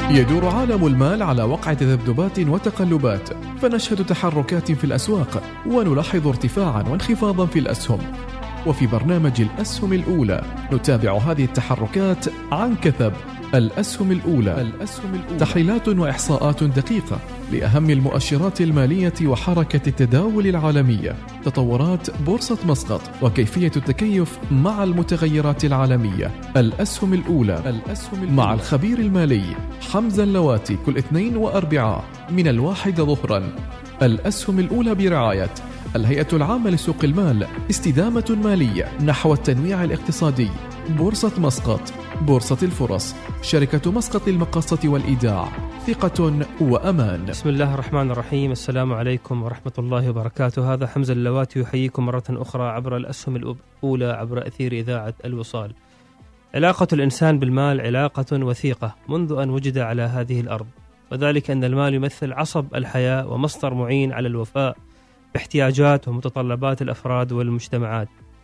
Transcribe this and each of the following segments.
يدور عالم المال على وقع تذبذبات وتقلبات، فنشهد تحركات في الأسواق ونلاحظ ارتفاعا وانخفاضا في الأسهم. وفي برنامج الأسهم الأولى نتابع هذه التحركات عن كثب. الأسهم الأولى تحليلات وإحصاءات دقيقة لأهم المؤشرات المالية وحركة التداول العالمية، تطورات بورصة مسقط وكيفية التكيف مع المتغيرات العالمية. الأسهم الأولى مع الخبير المالي حمزة اللواتي كل اثنين وأربعاء من 1 ظهرا. الأسهم الأولى برعاية الهيئة العامة لسوق المال، استدامة مالية نحو التنويع الاقتصادي، بورصة مسقط، بورصة الفرص، شركة مسقط للمقاصة والإيداع، ثقة وأمان. بسم الله الرحمن الرحيم. السلام عليكم ورحمة الله وبركاته. هذا حمزة اللواتي يحييكم مرة أخرى عبر الأسهم الأولى عبر أثير إذاعة الوصال. علاقة الإنسان بالمال علاقة وثيقة منذ أن وجد على هذه الأرض، وذلك أن المال يمثل عصب الحياة ومصدر معين على الوفاء باحتياجات ومتطلبات الأفراد والمجتمعات.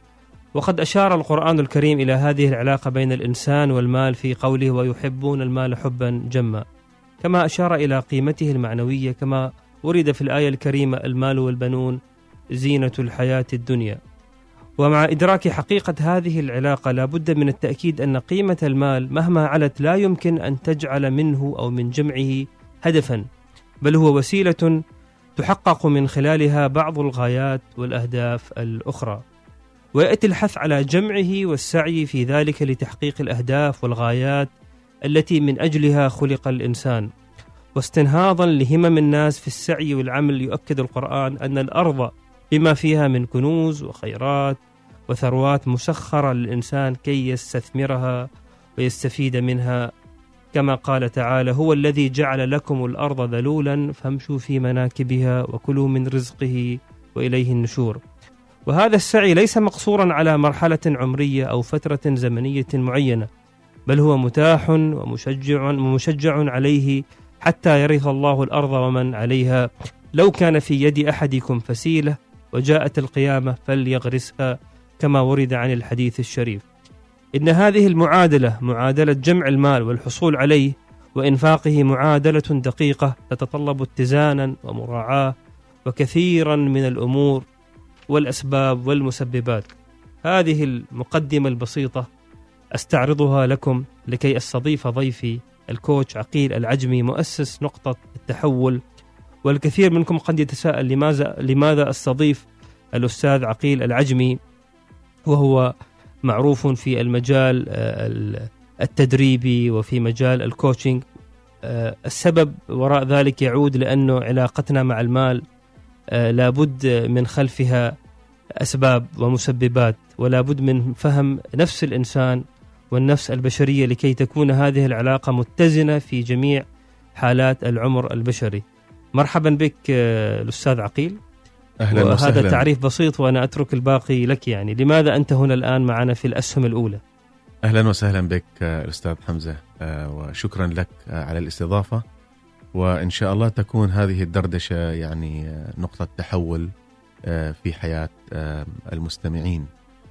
وقد أشار القرآن الكريم إلى هذه العلاقة بين الإنسان والمال في قوله ويحبون المال حبا جما، كما أشار إلى قيمته المعنوية كما ورد في الآية الكريمة المال والبنون زينة الحياة الدنيا. ومع إدراك حقيقة هذه العلاقة لا بد من التأكيد أن قيمة المال مهما علت لا يمكن أن تجعل منه أو من جمعه هدفا، بل هو وسيلة تحقق من خلالها بعض الغايات والأهداف الأخرى، ويأتي الحث على جمعه والسعي في ذلك لتحقيق الأهداف والغايات التي من أجلها خلق الإنسان. واستنهاضا لهمم الناس في السعي والعمل، يؤكد القرآن أن الأرض بما فيها من كنوز وخيرات وثروات مسخرة للإنسان كي يستثمرها ويستفيد منها، كما قال تعالى هو الذي جعل لكم الأرض ذلولا فامشوا في مناكبها وكلوا من رزقه وإليه النشور. وهذا السعي ليس مقصورا على مرحلة عمرية أو فترة زمنية معينة، بل هو متاح ومشجع عليه حتى يرث الله الأرض ومن عليها. لو كان في يد أحدكم فسيلة وجاءت القيامة فليغرسها، كما ورد عن الحديث الشريف. إن هذه المعادلة، معادلة جمع المال والحصول عليه وإنفاقه، معادلة دقيقة تتطلب اتزانا ومراعاة وكثيرا من الأمور والأسباب والمسببات. هذه المقدمة البسيطة أستعرضها لكم لكي أستضيف ضيفي الكوتش عقيل العجمي، مؤسس نقطة التحول. والكثير منكم قد يتساءل لماذا أستضيف الأستاذ عقيل العجمي وهو معروف في المجال التدريبي وفي مجال الكوتشنج. السبب وراء ذلك يعود لأنه علاقتنا مع المال لابد من خلفها أسباب ومسببات، ولا بد من فهم نفس الإنسان والنفس البشرية لكي تكون هذه العلاقة متزنة في جميع حالات العمر البشري. مرحبا بك الأستاذ عقيل. أهلا وسهلا. وهذا تعريف بسيط وأنا أترك الباقي لك. يعني لماذا أنت هنا الآن معنا في الأسهم الأولى؟ أهلا وسهلا بك الأستاذ حمزة، وشكرا لك على الاستضافة، وإن شاء الله تكون هذه الدردشة يعني نقطة تحول في حياة المستمعين.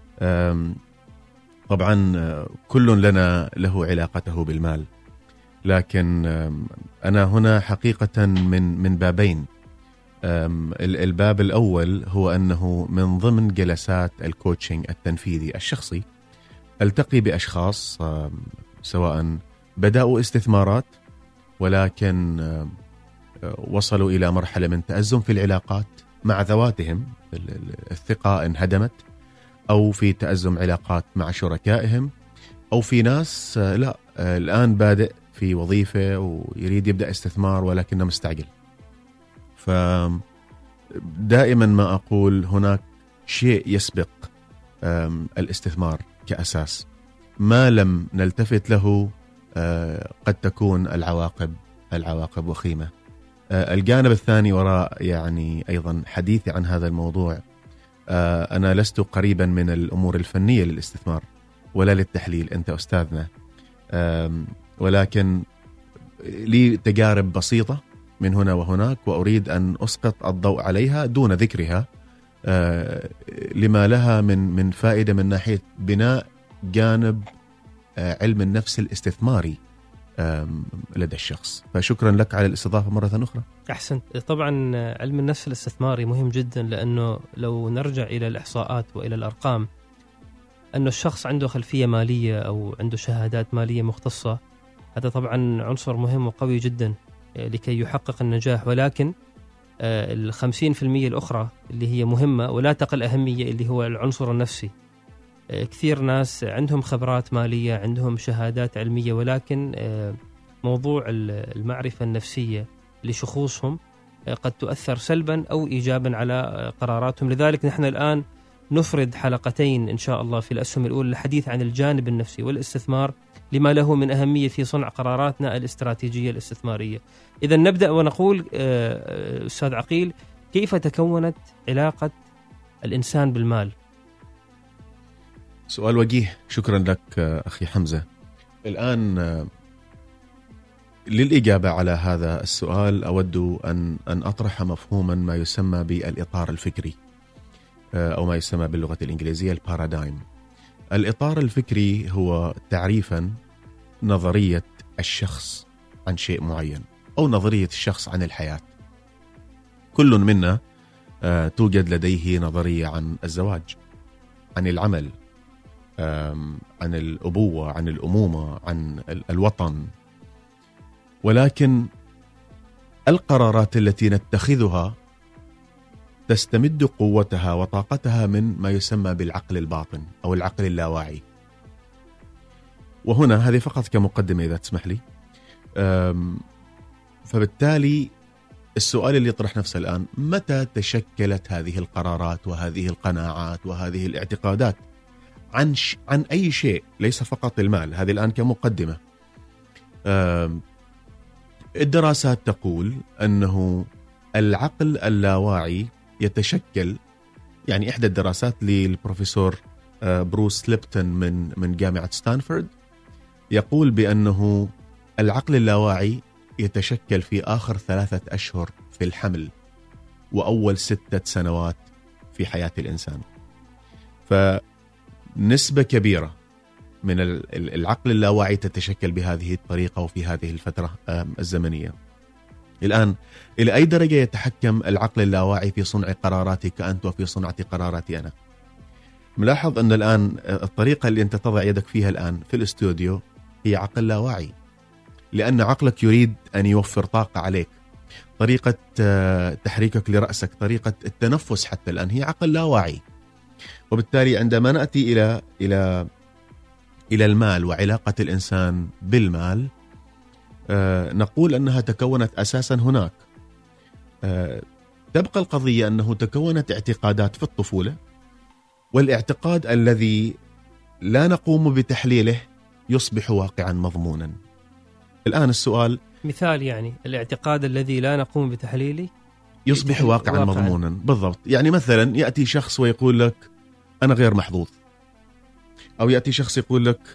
طبعا كل لنا له علاقته بالمال، لكن أنا هنا حقيقة من بابين. الباب الأول هو أنه من ضمن جلسات الكوتشنج التنفيذي الشخصي ألتقي بأشخاص سواء بدأوا استثمارات ولكن وصلوا إلى مرحلة من تأزم في العلاقات مع ذواتهم، الثقة انهدمت، أو في تأزم علاقات مع شركائهم، أو في ناس لا الآن بادئ في وظيفة ويريد يبدأ استثمار ولكنه مستعجل. فدائما ما أقول هناك شيء يسبق الاستثمار كأساس، ما لم نلتفت له قد تكون العواقب وخيمة. الجانب الثاني وراء يعني أيضا حديثي عن هذا الموضوع، أنا لست قريبا من الأمور الفنية للاستثمار ولا للتحليل، أنت أستاذنا، ولكن لي تجارب بسيطة من هنا وهناك، وأريد أن أسقط الضوء عليها دون ذكرها لما لها من فائدة من ناحية بناء جانب علم النفس الاستثماري لدى الشخص. فشكرا لك على الاستضافة مرة أخرى. أحسنت. طبعا علم النفس الاستثماري مهم جدا، لأنه لو نرجع إلى الإحصاءات وإلى الأرقام، أنه الشخص عنده خلفية مالية أو عنده شهادات مالية مختصة، هذا طبعا عنصر مهم وقوي جدا لكي يحقق النجاح. ولكن 50% الأخرى اللي هي مهمة ولا تقل أهمية اللي هو العنصر النفسي. كثير ناس عندهم خبرات مالية، عندهم شهادات علمية، ولكن موضوع المعرفة النفسية لشخوصهم قد تؤثر سلبا أو إيجابا على قراراتهم. لذلك نحن الآن نفرد حلقتين إن شاء الله في الأسهم الأولى للحديث عن الجانب النفسي والاستثمار لما له من أهمية في صنع قراراتنا الاستراتيجية الاستثمارية. إذا نبدأ ونقول أستاذ عقيل، كيف تكونت علاقة الإنسان بالمال؟ سؤال وجيه، شكرا لك أخي حمزة. الآن للإجابة على هذا السؤال أود أن أطرح مفهوما ما يسمى بالإطار الفكري، أو ما يسمى باللغة الإنجليزية البارادايم. الإطار الفكري هو تعريفا نظرية الشخص عن شيء معين، أو نظرية الشخص عن الحياة. كل منا توجد لديه نظرية عن الزواج، عن العمل، عن الأبوة، عن الأمومة، عن الوطن. ولكن القرارات التي نتخذها تستمد قوتها وطاقتها من ما يسمى بالعقل الباطن أو العقل اللاواعي. وهنا هذه فقط كمقدمة إذا تسمح لي. فبالتالي السؤال اللي يطرح نفسه الآن، متى تشكلت هذه القرارات وهذه القناعات وهذه الاعتقادات عن أي شيء، ليس فقط المال؟ هذه الآن كمقدمة. الدراسات تقول أنه العقل اللاواعي يتشكل، يعني إحدى الدراسات للبروفيسور بروس ليبتون من جامعة ستانفورد يقول بأنه العقل اللاواعي يتشكل في آخر 3 أشهر في الحمل وأول 6 سنوات في حياة الإنسان. فنسبة كبيرة من العقل اللاواعي تتشكل بهذه الطريقة وفي هذه الفترة الزمنية. الآن إلى أي درجة يتحكم العقل اللاواعي في صنع قراراتك أنت وفي صنع قراراتي أنا؟ ملاحظ أن الآن الطريقة اللي أنت تضع يدك فيها الآن في الاستوديو هي عقل لاواعي، لأن عقلك يريد أن يوفر طاقة عليك. طريقة تحريكك لرأسك، طريقة التنفس حتى الآن هي عقل لاواعي. وبالتالي عندما نأتي إلى المال وعلاقة الإنسان بالمال، نقول أنها تكونت أساسا هناك. تبقى القضية أنه تكونت اعتقادات في الطفولة، والاعتقاد الذي لا نقوم بتحليله يصبح واقعا مضمونا. الآن السؤال، مثال يعني الاعتقاد الذي لا نقوم بتحليله يصبح واقعا مضمونا. بالضبط. يعني مثلا يأتي شخص ويقول لك أنا غير محظوظ، أو يأتي شخص يقول لك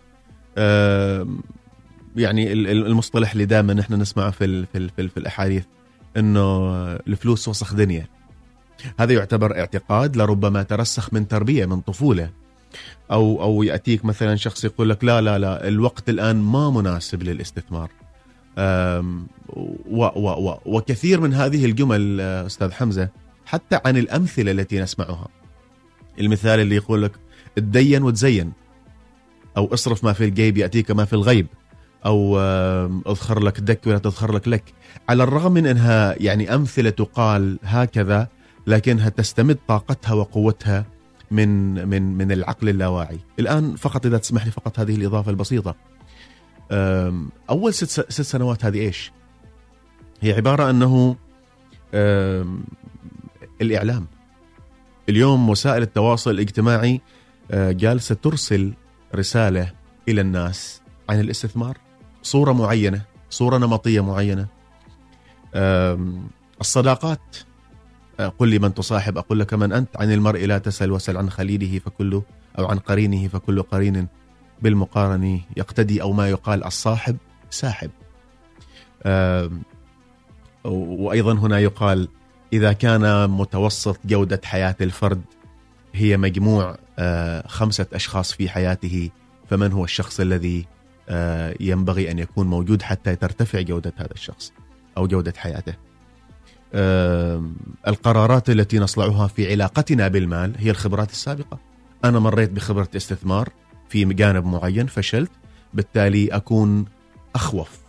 يعني المصطلح اللي دائما نحن نسمعه في الأحاديث إنه الفلوس وسخ دنيا. هذا يعتبر اعتقاد لربما ترسخ من تربية من طفولة. أو يأتيك مثلا شخص يقول لك لا لا لا الوقت الآن ما مناسب للاستثمار. وكثير من هذه الجمل أستاذ حمزة، حتى عن الأمثلة التي نسمعها. المثال اللي يقول لك اتدين وتزين، أو اصرف ما في الجيب يأتيك ما في الغيب، أو اذخر لك دك ولا تذخر لك. على الرغم من أنها يعني أمثلة تقال هكذا، لكنها تستمد طاقتها وقوتها من العقل اللاواعي. الآن فقط إذا تسمح لي فقط هذه الإضافة البسيطة. أول 6 سنوات هذه إيش؟ هي عبارة أنه الإعلام اليوم، وسائل التواصل الاجتماعي جالسة ترسل رسالة إلى الناس عن الاستثمار، صورة معينة، صورة نمطية معينة. الصداقات، قل لي من تصاحب أقول لك من أنت. عن المرء لا تسأل وسل عن خليله فكله، أو عن قرينه فكل قرين بالمقارن يقتدي، أو ما يقال الصاحب ساحب. وأيضا هنا يقال إذا كان متوسط جودة حياة الفرد هي مجموع 5 أشخاص في حياته، فمن هو الشخص الذي ينبغي أن يكون موجود حتى ترتفع جودة هذا الشخص أو جودة حياته. القرارات التي نصنعها في علاقتنا بالمال هي الخبرات السابقة. أنا مريت بخبرة استثمار في جانب معين، فشلت، بالتالي أكون أخوف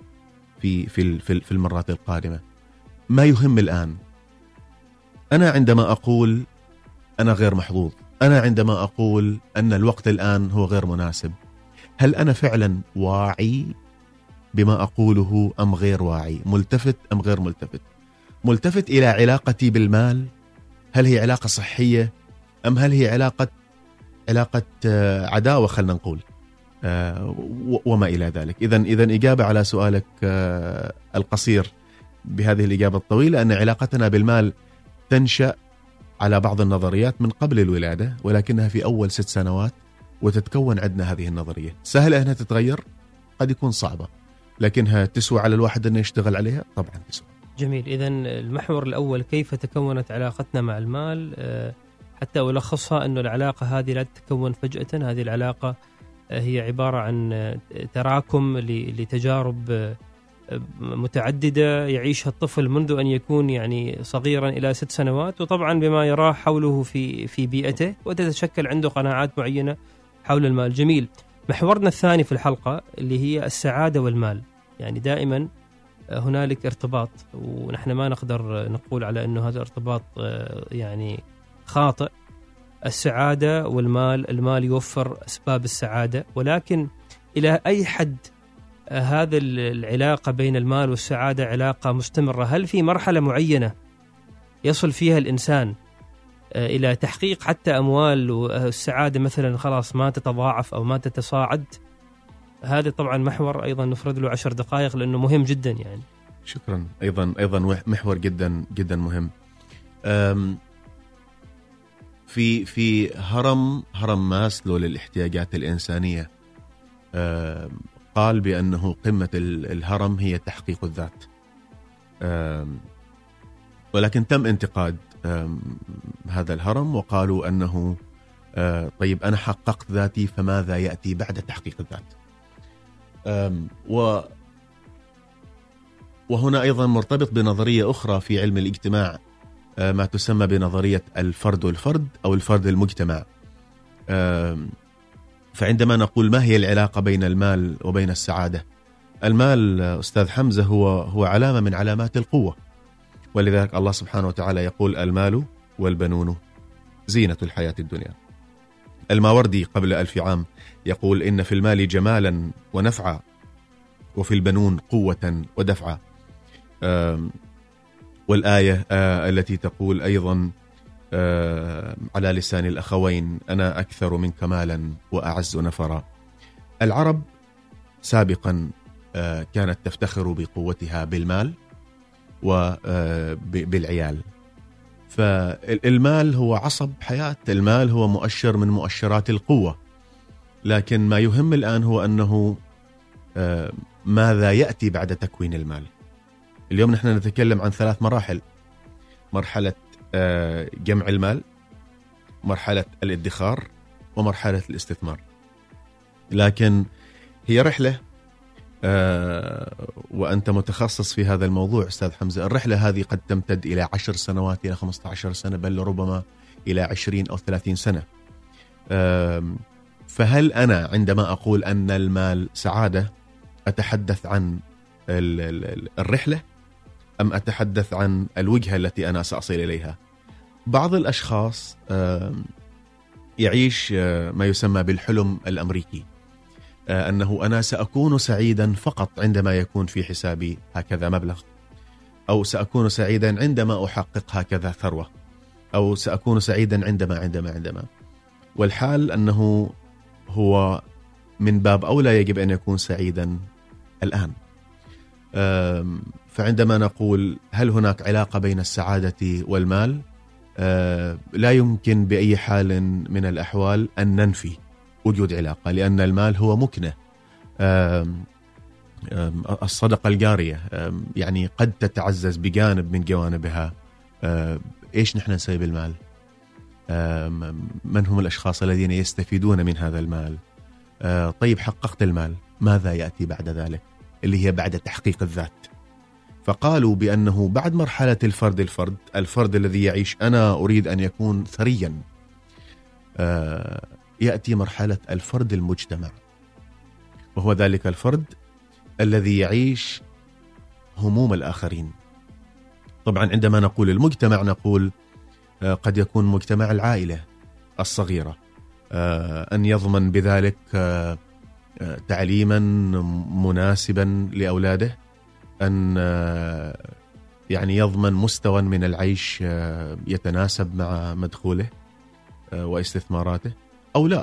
في المرات القادمة. ما يهم الآن. أنا عندما أقول أنا غير محظوظ، أنا عندما أقول أن الوقت الآن هو غير مناسب، هل أنا فعلا واعي بما أقوله أم غير واعي؟ ملتفت أم غير ملتفت؟ ملتفت إلى علاقتي بالمال، هل هي علاقة صحية أم هل هي علاقة عداوة خلنا نقول، وما إلى ذلك. إذن إجابة على سؤالك القصير بهذه الإجابة الطويلة، أن علاقتنا بالمال تنشأ على بعض النظريات من قبل الولادة، ولكنها في أول 6 سنوات وتتكون عندنا هذه النظرية. سهل أنها تتغير؟ قد يكون صعبة، لكنها تسوى على الواحد أنه يشتغل عليها؟ طبعا تسوى. جميل. إذن المحور الأول كيف تكونت علاقتنا مع المال، حتى ألخصها أنه العلاقة هذه لا تتكون فجأة. هذه العلاقة هي عبارة عن تراكم لتجارب متعددة يعيشها الطفل منذ أن يكون يعني صغيرا إلى 6 سنوات، وطبعا بما يراه حوله في بيئته، وتتشكل عنده قناعات معينة حول المال. جميل. محورنا الثاني في الحلقة اللي هي السعادة والمال. يعني دائما هنالك ارتباط، ونحن ما نقدر نقول على أنه هذا ارتباط يعني خاطئ. السعادة والمال، المال يوفر أسباب السعادة، ولكن إلى أي حد هذا العلاقة بين المال والسعادة علاقة مستمرة؟ هل في مرحلة معينة يصل فيها الإنسان إلى تحقيق حتى أموال والسعادة مثلا خلاص ما تتضاعف أو ما تتصاعد؟ هذا طبعا محور أيضا نفرد له 10 دقائق لأنه مهم جدا يعني. شكرا. أيضا محور جدا جدا مهم. في هرم ماسلو للاحتياجات الإنسانية قال بأنه قمة الهرم هي تحقيق الذات، ولكن تم انتقاد هذا الهرم، وقالوا أنه طيب أنا حققت ذاتي، فماذا يأتي بعد تحقيق الذات؟ وهنا أيضا مرتبط بنظرية أخرى في علم الاجتماع، ما تسمى بنظرية الفرد والفرد أو الفرد المجتمع. فعندما نقول ما هي العلاقة بين المال وبين السعادة، المال أستاذ حمزة هو علامة من علامات القوة، ولذلك الله سبحانه وتعالى يقول المال والبنون زينة الحياة الدنيا. الماوردي قبل 1000 عام يقول إن في المال جمالا ونفعا وفي البنون قوة ودفعا. والآية التي تقول أيضا على لسان الأخوين أنا أكثر منك مالا وأعز نفرا. العرب سابقا كانت تفتخر بقوتها بالمال وبالعيال، فالمال هو عصب حياة، المال هو مؤشر من مؤشرات القوة. لكن ما يهم الآن هو أنه ماذا يأتي بعد تكوين المال. اليوم نحن نتكلم عن 3 مراحل: مرحلة جمع المال، مرحلة الادخار، ومرحلة الاستثمار. لكن هي رحلة، وأنت متخصص في هذا الموضوع أستاذ حمزة. الرحلة هذه قد تمتد إلى 10 سنوات، إلى 15 سنة، بل ربما إلى 20 أو 30 سنة. فهل أنا عندما أقول أن المال سعادة أتحدث عن الرحلة أم أتحدث عن الوجهة التي أنا سأصل إليها؟ بعض الأشخاص يعيش ما يسمى بالحلم الأمريكي، أنه أنا سأكون سعيدا فقط عندما يكون في حسابي هكذا مبلغ، أو سأكون سعيدا عندما أحقق هكذا ثروة، أو سأكون سعيدا عندما. والحال أنه هو من باب أولى يجب أن يكون سعيدا الآن. فعندما نقول هل هناك علاقة بين السعادة والمال، لا يمكن بأي حال من الأحوال أن ننفي وجود علاقة، لأن المال هو مكنة. الصدقة الجارية يعني قد تتعزز بجانب من جوانبها. إيش نحن نسوي بالمال؟ من هم الأشخاص الذين يستفيدون من هذا المال؟ طيب حققت المال، ماذا يأتي بعد ذلك، اللي هي بعد تحقيق الذات. فقالوا بأنه بعد مرحلة الفرد الذي يعيش أنا أريد أن يكون ثريا، يأتي مرحلة الفرد المجتمع، وهو ذلك الفرد الذي يعيش هموم الآخرين. طبعا عندما نقول المجتمع نقول قد يكون مجتمع العائلة الصغيرة، أن يضمن بذلك تعليما مناسبا لأولاده، أن يعني يضمن مستوى من العيش يتناسب مع مدخوله واستثماراته، أو لا،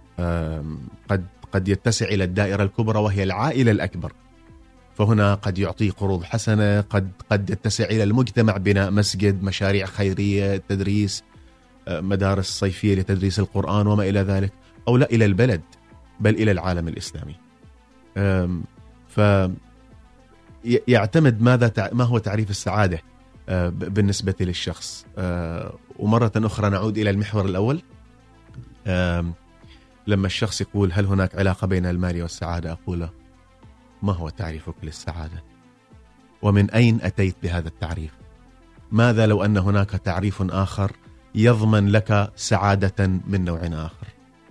قد يتسع إلى الدائرة الكبرى وهي العائلة الأكبر، فهنا قد يعطي قروض حسنة، قد يتسع إلى المجتمع بناء مسجد، مشاريع خيرية، تدريس، مدارس صيفية لتدريس القرآن وما إلى ذلك، أو لا إلى البلد بل إلى العالم الإسلامي. فيعتمد ما هو تعريف السعادة بالنسبة للشخص. ومرة أخرى نعود إلى المحور الأول، لما الشخص يقول هل هناك علاقة بين المال والسعادة، أقول ما هو تعريفك للسعادة؟ ومن أين أتيت بهذا التعريف؟ ماذا لو أن هناك تعريف آخر يضمن لك سعادة من نوع آخر؟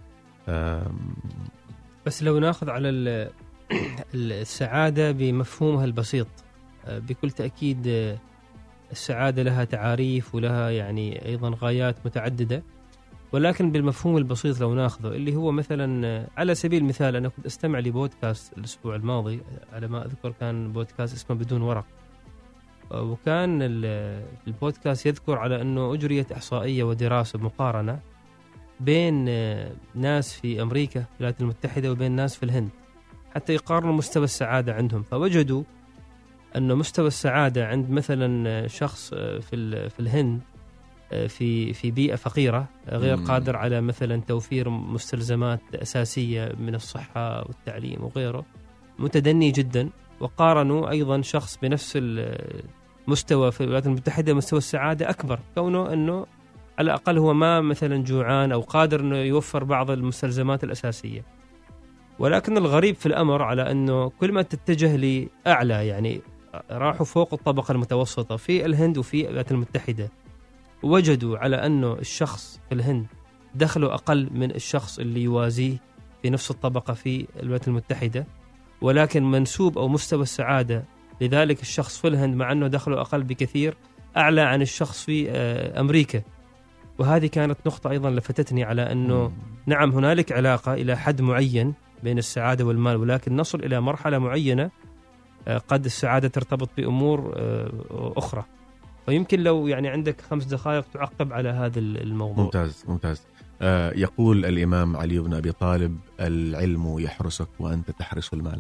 بس لو ناخذ على السعادة بمفهومها البسيط، بكل تأكيد السعادة لها تعاريف ولها يعني أيضا غايات متعددة، ولكن بالمفهوم البسيط لو ناخذه اللي هو مثلا على سبيل المثال، أنا كنت أستمع لبودكاست الأسبوع الماضي على ما أذكر، كان بودكاست اسمه بدون ورق، وكان البودكاست يذكر على أنه أجريت إحصائية ودراسة مقارنة بين ناس في أمريكا الولايات المتحدة وبين ناس في الهند، حتى يقارنوا مستوى السعادة عندهم، فوجدوا أنه مستوى السعادة عند مثلا شخص في الهند في بيئة فقيرة غير قادر على مثلا توفير مستلزمات أساسية من الصحة والتعليم وغيره، متدني جدا. وقارنوا أيضا شخص بنفس المستوى في الولايات المتحدة مستوى السعادة أكبر، كونه أنه على الأقل هو ما مثلا جوعان أو قادر أنه يوفر بعض المستلزمات الأساسية. ولكن الغريب في الأمر على أنه كل ما تتجه لأعلى، يعني راحوا فوق الطبقة المتوسطة في الهند وفي الولايات المتحدة، وجدوا على أنه الشخص في الهند دخله أقل من الشخص اللي يوازيه في نفس الطبقة في الولايات المتحدة، ولكن منسوب أو مستوى السعادة لذلك الشخص في الهند مع أنه دخله أقل بكثير أعلى عن الشخص في أمريكا. وهذه كانت نقطة أيضا لفتتني على أنه نعم هنالك علاقة إلى حد معين بين السعادة والمال، ولكن نصل إلى مرحلة معينة قد السعادة ترتبط بأمور أخرى. ويمكن لو يعني عندك 5 دقائق تعقب على هذا الموضوع. ممتاز. يقول الإمام علي بن أبي طالب: العلم يحرسك وأنت تحرس المال.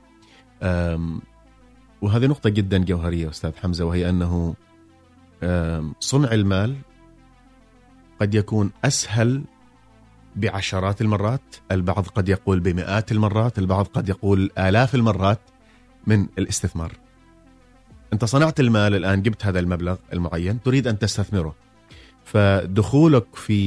وهذه نقطة جدا جوهرية أستاذ حمزة، وهي أنه صنع المال قد يكون أسهل بعشرات المرات، البعض قد يقول بمئات المرات، البعض قد يقول آلاف المرات من الاستثمار. أنت صنعت المال الآن، جبت هذا المبلغ المعين، تريد أن تستثمره، فدخولك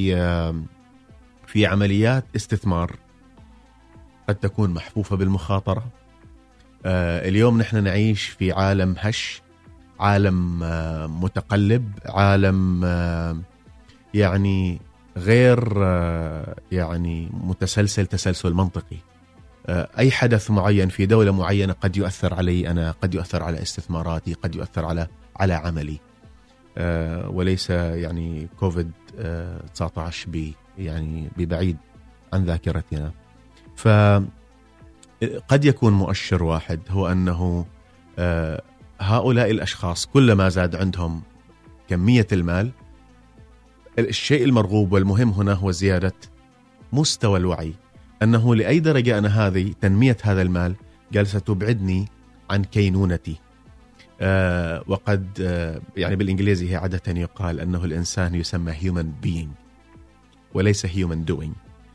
في عمليات استثمار قد تكون محفوفة بالمخاطرة. اليوم نحن نعيش في عالم هش، عالم متقلب، عالم يعني غير يعني متسلسل تسلسل منطقي. أي حدث معين في دولة معينة قد يؤثر علي أنا، قد يؤثر على استثماراتي، قد يؤثر على عملي، وليس يعني كوفيد 19 يعني ببعيد عن ذاكرتنا. فقد يكون مؤشر واحد، هو أنه هؤلاء الأشخاص كلما زاد عندهم كمية المال، الشيء المرغوب والمهم هنا هو زيادة مستوى الوعي، أنه لأي درجة أنا هذه تنمية هذا المال جالسة تبعدني عن كينونتي. وقد يعني بالإنجليزي هي عادة يقال أنه الإنسان يسمى human being وليس human doing.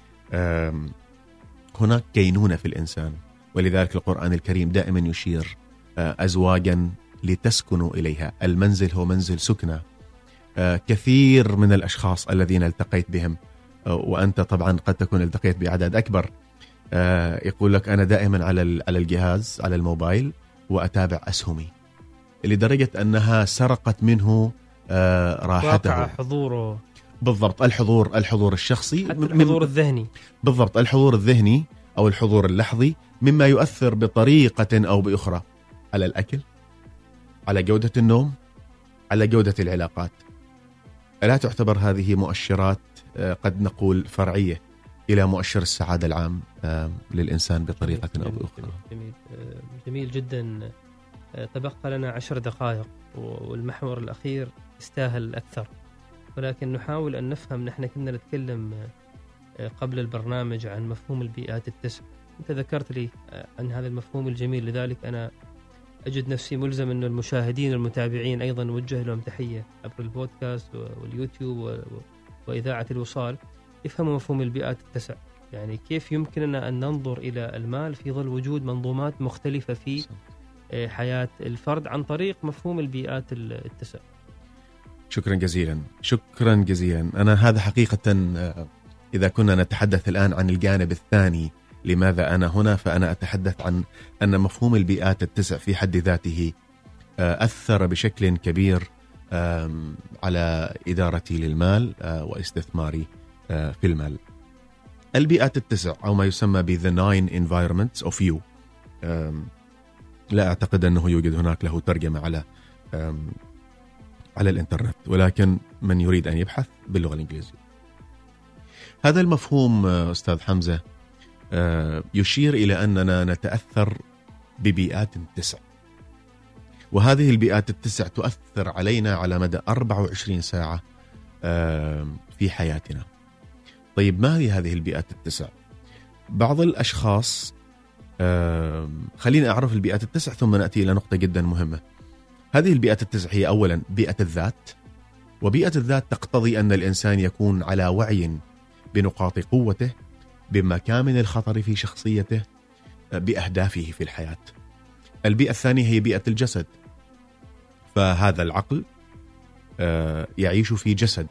هناك كينونة في الإنسان، ولذلك القرآن الكريم دائما يشير أزواجا لتسكنوا إليها، المنزل هو منزل سكنة. كثير من الأشخاص الذين التقيت بهم، وأنت طبعا قد تكون التقيت بعدد أكبر، يقول لك أنا دائما على الجهاز على الموبايل وأتابع أسهمي، لدرجة أنها سرقت منه راحته، واقع حضوره. بالضبط، الحضور الشخصي، حتى الحضور الذهني. بالضبط، الحضور الذهني أو الحضور اللحظي، مما يؤثر بطريقة أو بأخرى على الأكل، على جودة النوم، على جودة العلاقات. ألا تعتبر هذه مؤشرات قد نقول فرعية إلى مؤشر السعادة العام للإنسان بطريقة أو بأخرى؟ جميل جدا. تبقى لنا 10 دقائق والمحور الأخير يستاهل أكثر، ولكن نحاول أن نفهم. نحن كنا نتكلم قبل البرنامج عن مفهوم البيئات التسع. أنت ذكرت لي عن هذا المفهوم الجميل، لذلك أنا أجد نفسي ملزم أن المشاهدين والمتابعين أيضا نوجه لهم تحية عبر البودكاست واليوتيوب وإذاعة الوصال، يفهموا مفهوم البيئات التسع. يعني كيف يمكننا أن ننظر إلى المال في ظل وجود منظومات مختلفة في حياة الفرد عن طريق مفهوم البيئات التسع. شكرا جزيلا. أنا هذا حقيقة إذا كنا نتحدث الآن عن الجانب الثاني لماذا أنا هنا، فأنا أتحدث عن أن مفهوم البيئات التسع في حد ذاته أثر بشكل كبير على إدارتي للمال واستثماري في المال. البيئات التسع أو ما يسمى ب The 9 Environments of You، لا أعتقد أنه يوجد هناك له ترجمة على الإنترنت، ولكن من يريد أن يبحث باللغة الإنجليزية. هذا المفهوم أستاذ حمزة يشير إلى أننا نتأثر ببيئات تسع، وهذه البيئات التسع تؤثر علينا على مدى 24 ساعة في حياتنا. طيب ما هي هذه البيئات التسع؟ بعض الأشخاص، خلينا أعرف البيئات التسع ثم نأتي إلى نقطة جدا مهمة. هذه البيئات التسع هي أولا بيئة الذات، وبيئة الذات تقتضي أن الإنسان يكون على وعي بنقاط قوته، بمكامن الخطر في شخصيته، بأهدافه في الحياة. البيئة الثانية هي بيئة الجسد، فهذا العقل يعيش في جسد،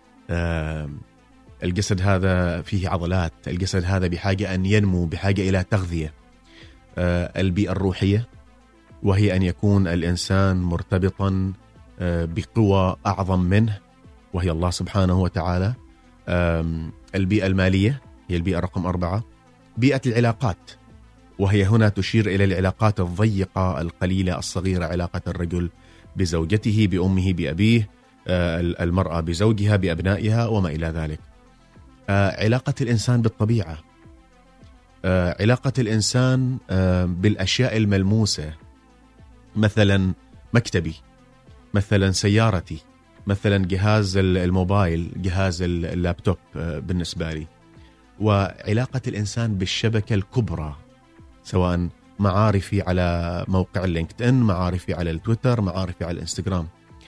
الجسد هذا فيه عضلات، الجسد هذا بحاجة أن ينمو، بحاجة إلى تغذية. البيئة الروحية، وهي أن يكون الإنسان مرتبطا بقوى أعظم منه وهي الله سبحانه وتعالى. البيئة المالية هي البيئة رقم 4. بيئة العلاقات، وهي هنا تشير إلى العلاقات الضيقة القليلة الصغيرة، علاقة الرجل بزوجته، بأمه، بأبيه، المرأة بزوجها، بأبنائها وما إلى ذلك. علاقة الإنسان بالطبيعة، علاقة الإنسان بالأشياء الملموسة، مثلا مكتبي، مثلا سيارتي، مثلا جهاز الموبايل، جهاز اللابتوب بالنسبة لي. وعلاقة الإنسان بالشبكة الكبرى، سواء معارفي على موقع اللينكد إن، معارفي على التويتر، معارفي على الإنستغرام.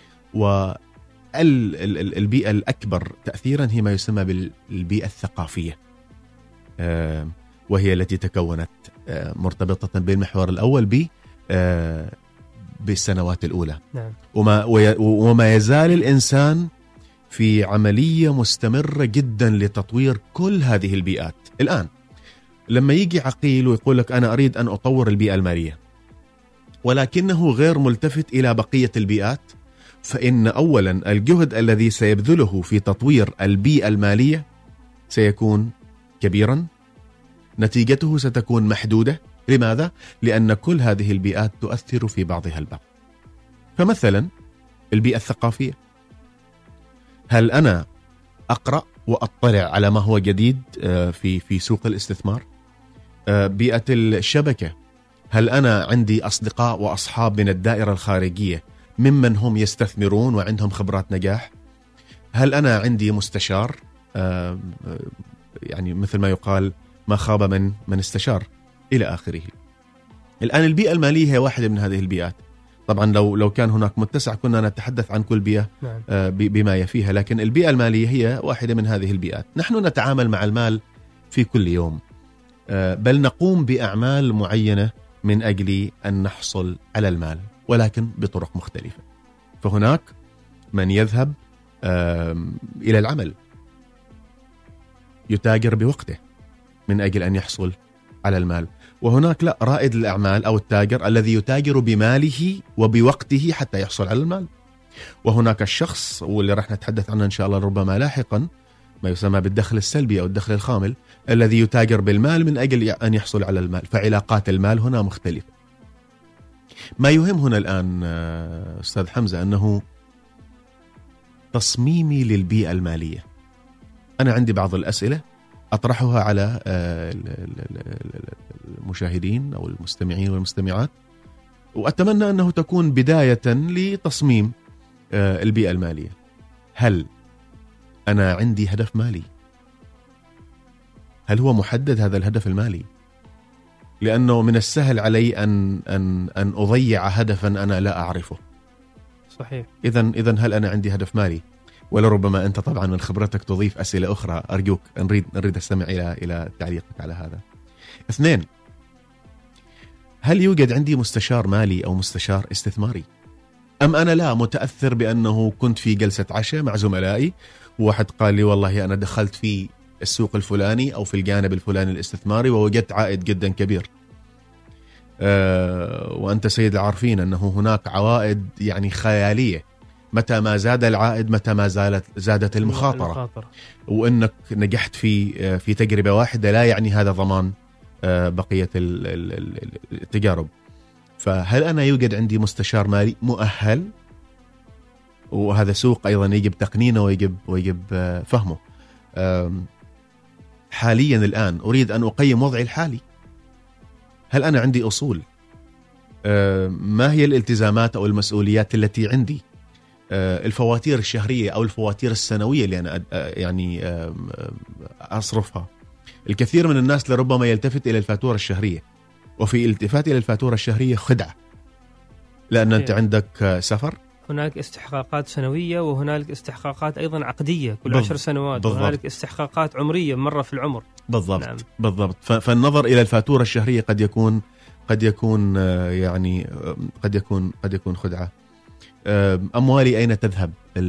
والبيئة الأكبر تأثيرا هي ما يسمى بالبيئة الثقافية، وهي التي تكونت مرتبطة بالمحور الأول بالسنوات الأولى. نعم. وما يزال الإنسان في عملية مستمرة جدا لتطوير كل هذه البيئات. الآن لما يجي عقيل ويقول لك أنا أريد أن أطور البيئة المالية، ولكنه غير ملتفت إلى بقية البيئات، فإن أولا الجهد الذي سيبذله في تطوير البيئة المالية سيكون كبيرا، نتيجته ستكون محدودة. لماذا؟ لأن كل هذه البيئات تؤثر في بعضها البعض. فمثلا البيئة الثقافية، هل أنا أقرأ وأطلع على ما هو جديد في سوق الاستثمار؟ بيئة الشبكة، هل أنا عندي أصدقاء وأصحاب من الدائرة الخارجية ممن هم يستثمرون وعندهم خبرات نجاح؟ هل أنا عندي مستشار؟ يعني مثل ما يقال ما خاب من استشار إلى آخره. الآن البيئة المالية هي واحدة من هذه البيئات. طبعا لو كان هناك متسع كنا نتحدث عن كل بيئة بما يفيها، لكن البيئة المالية هي واحدة من هذه البيئات. نحن نتعامل مع المال في كل يوم، بل نقوم بأعمال معينة من أجل أن نحصل على المال، ولكن بطرق مختلفة. فهناك من يذهب إلى العمل، يتاجر بوقته من أجل أن يحصل على المال. وهناك لا، رائد الأعمال أو التاجر الذي يتاجر بماله وبوقته حتى يحصل على المال. وهناك الشخص واللي راح نتحدث عنه إن شاء الله ربما لاحقا، ما يسمى بالدخل السلبي أو الدخل الخامل، الذي يتاجر بالمال من أجل أن يحصل على المال. فعلاقات المال هنا مختلفة. ما يهم هنا الآن أستاذ حمزة أنه تصميمي للبيئة المالية. أنا عندي بعض الأسئلة أطرحها على المشاهدين أو المستمعين والمستمعات، وأتمنى أنه تكون بداية لتصميم البيئة المالية. هل أنا عندي هدف مالي؟ هل هو محدد هذا الهدف المالي؟ لأنه من السهل علي أن أضيع هدفا أنا لا أعرفه. صحيح. إذن هل أنا عندي هدف مالي؟ ولربما أنت طبعا من خبرتك تضيف أسئلة أخرى، أرجوك نريد أستمع إلى تعليقك على هذا. 2، هل يوجد عندي مستشار مالي أو مستشار استثماري؟ أم أنا لا متأثر بأنه كنت في جلسة عشاء مع زملائي وواحد قال لي والله أنا دخلت في السوق الفلاني أو في الجانب الفلاني الاستثماري ووجدت عائد جدا كبير. وأنت سيد العارفين أنه هناك عوائد يعني خيالية، متى ما زاد العائد متى ما زادت المخاطرة. وأنك نجحت في تجربة واحدة لا يعني هذا ضمان بقية التجارب. فهل أنا يوجد عندي مستشار مالي مؤهل؟ وهذا سوق أيضا يجب تقنينه ويجب فهمه. حاليا الآن أريد أن أقيم وضعي الحالي. هل أنا عندي أصول؟ ما هي الالتزامات أو المسؤوليات التي عندي؟ الفواتير الشهرية أو الفواتير السنوية اللي أنا يعني أصرفها. الكثير من الناس لربما يلتفت إلى الفاتورة الشهرية، وفي التفات إلى الفاتورة الشهرية خدعة، لأن أنت عندك سفر، هناك استحقاقات سنوية وهناك استحقاقات أيضا عقدية كل 10 سنوات، وهناك استحقاقات عمرية مرة في العمر. بالضبط. نعم. بالضبط. فالنظر إلى الفاتورة الشهرية قد يكون خدعة. أموالي أين تذهب؟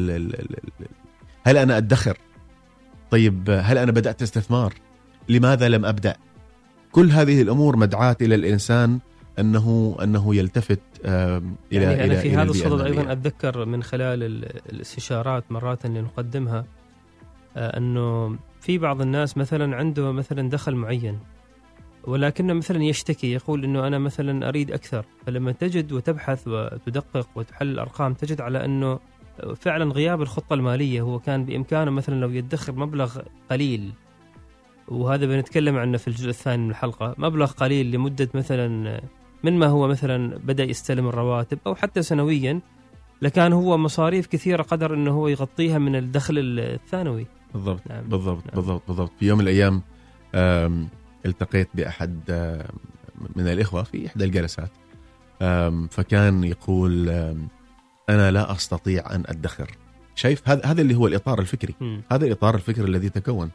هل أنا أدخر؟ طيب هل أنا بدأت استثمار؟ لماذا لم أبدأ؟ كل هذه الأمور مدعاة إلى الإنسان أنه يلتفت إلى أنا في هذا الصدد أيضا أتذكر من خلال الاستشارات مرات اللي نقدمها أنه في بعض الناس مثلا عنده مثلا دخل معين، ولكنه مثلا يشتكي يقول أنه أنا مثلا أريد أكثر. فلما تجد وتبحث وتدقق وتحل الأرقام تجد على أنه فعلا غياب الخطة المالية. هو كان بإمكانه مثلا لو يدخر مبلغ قليل، وهذا بنتكلم عنه في الجزء الثاني من الحلقة، مبلغ قليل لمدة مثلا من ما هو مثلا بدأ يستلم الرواتب أو حتى سنويا، لكان هو مصاريف كثيرة قدر أنه هو يغطيها من الدخل الثانوي. بالضبط. نعم. بالضبط. في يوم من الأيام التقيت بأحد من الإخوة في إحدى الجلسات، فكان يقول أنا لا أستطيع أن أدخر. شايف هذا اللي هو الإطار الفكري. هذا الإطار الفكري الذي تكون.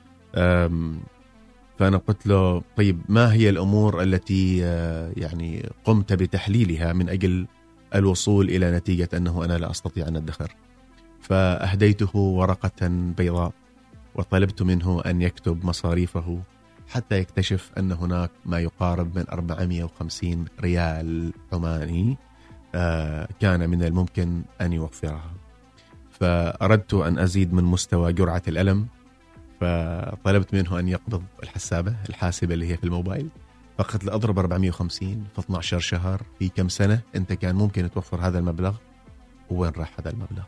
فأنا قلت له طيب ما هي الأمور التي يعني قمت بتحليلها من أجل الوصول إلى نتيجة أنه أنا لا أستطيع أن أدخر؟ فأهديته ورقة بيضاء وطلبت منه أن يكتب مصاريفه حتى يكتشف أن هناك ما يقارب من 450 ريال عماني كان من الممكن أن يوفرها. فأردت أن أزيد من مستوى جرعة الألم، فطلبت منه أن يقبض الحاسبة اللي هي في الموبايل، فقلت له أضرب 450 في 12 شهر في كم سنة أنت كان ممكن توفر هذا المبلغ، وين راح هذا المبلغ؟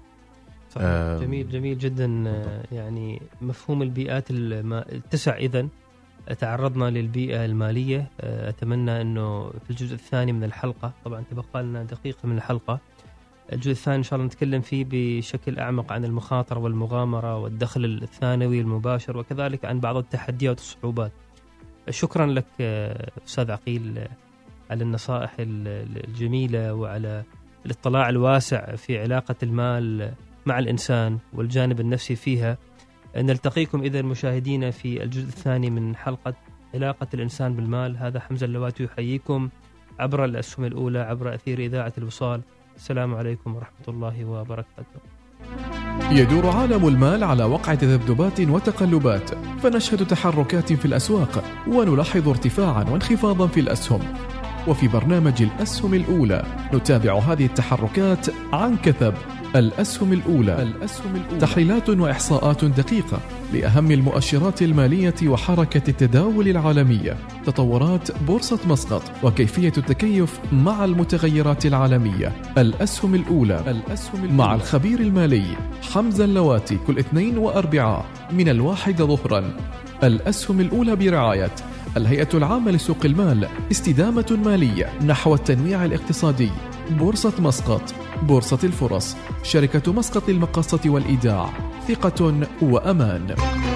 جميل جدا. يعني مفهوم البيئات التسع. إذن تعرضنا للبيئة المالية. أتمنى أنه في الجزء الثاني من الحلقة، طبعا تبقى لنا دقيقة من الحلقة، الجزء الثاني إن شاء الله نتكلم فيه بشكل أعمق عن المخاطرة والمغامرة والدخل الثانوي المباشر، وكذلك عن بعض التحديات والصعوبات. شكرا لك أستاذ عقيل على النصائح الجميلة وعلى الاطلاع الواسع في علاقة المال مع الإنسان والجانب النفسي فيها. نلتقيكم إذا المشاهدين في الجزء الثاني من حلقة علاقة الإنسان بالمال. هذا حمزة اللواتي يحييكم عبر الأسهم الأولى عبر أثير إذاعة الوصال. السلام عليكم ورحمة الله وبركاته. يدور عالم المال على وقع تذبذبات وتقلبات، فنشهد تحركات في الأسواق ونلاحظ ارتفاعا وانخفاضا في الأسهم. وفي برنامج الأسهم الأولى نتابع هذه التحركات عن كثب. الأسهم الأولى تحليلات وإحصاءات دقيقة لأهم المؤشرات المالية وحركة التداول العالمية، تطورات بورصة مسقط وكيفية التكيف مع المتغيرات العالمية. الأسهم الأولى مع الخبير المالي حمزة اللواتي كل اثنين وأربعاء من 1 ظهرا. الأسهم الأولى برعاية الهيئة العامة لسوق المال، استدامة مالية نحو التنويع الاقتصادي. بورصة مسقط، بورصة الفرص، شركة مسقط للمقاصة والإيداع، ثقة وأمان.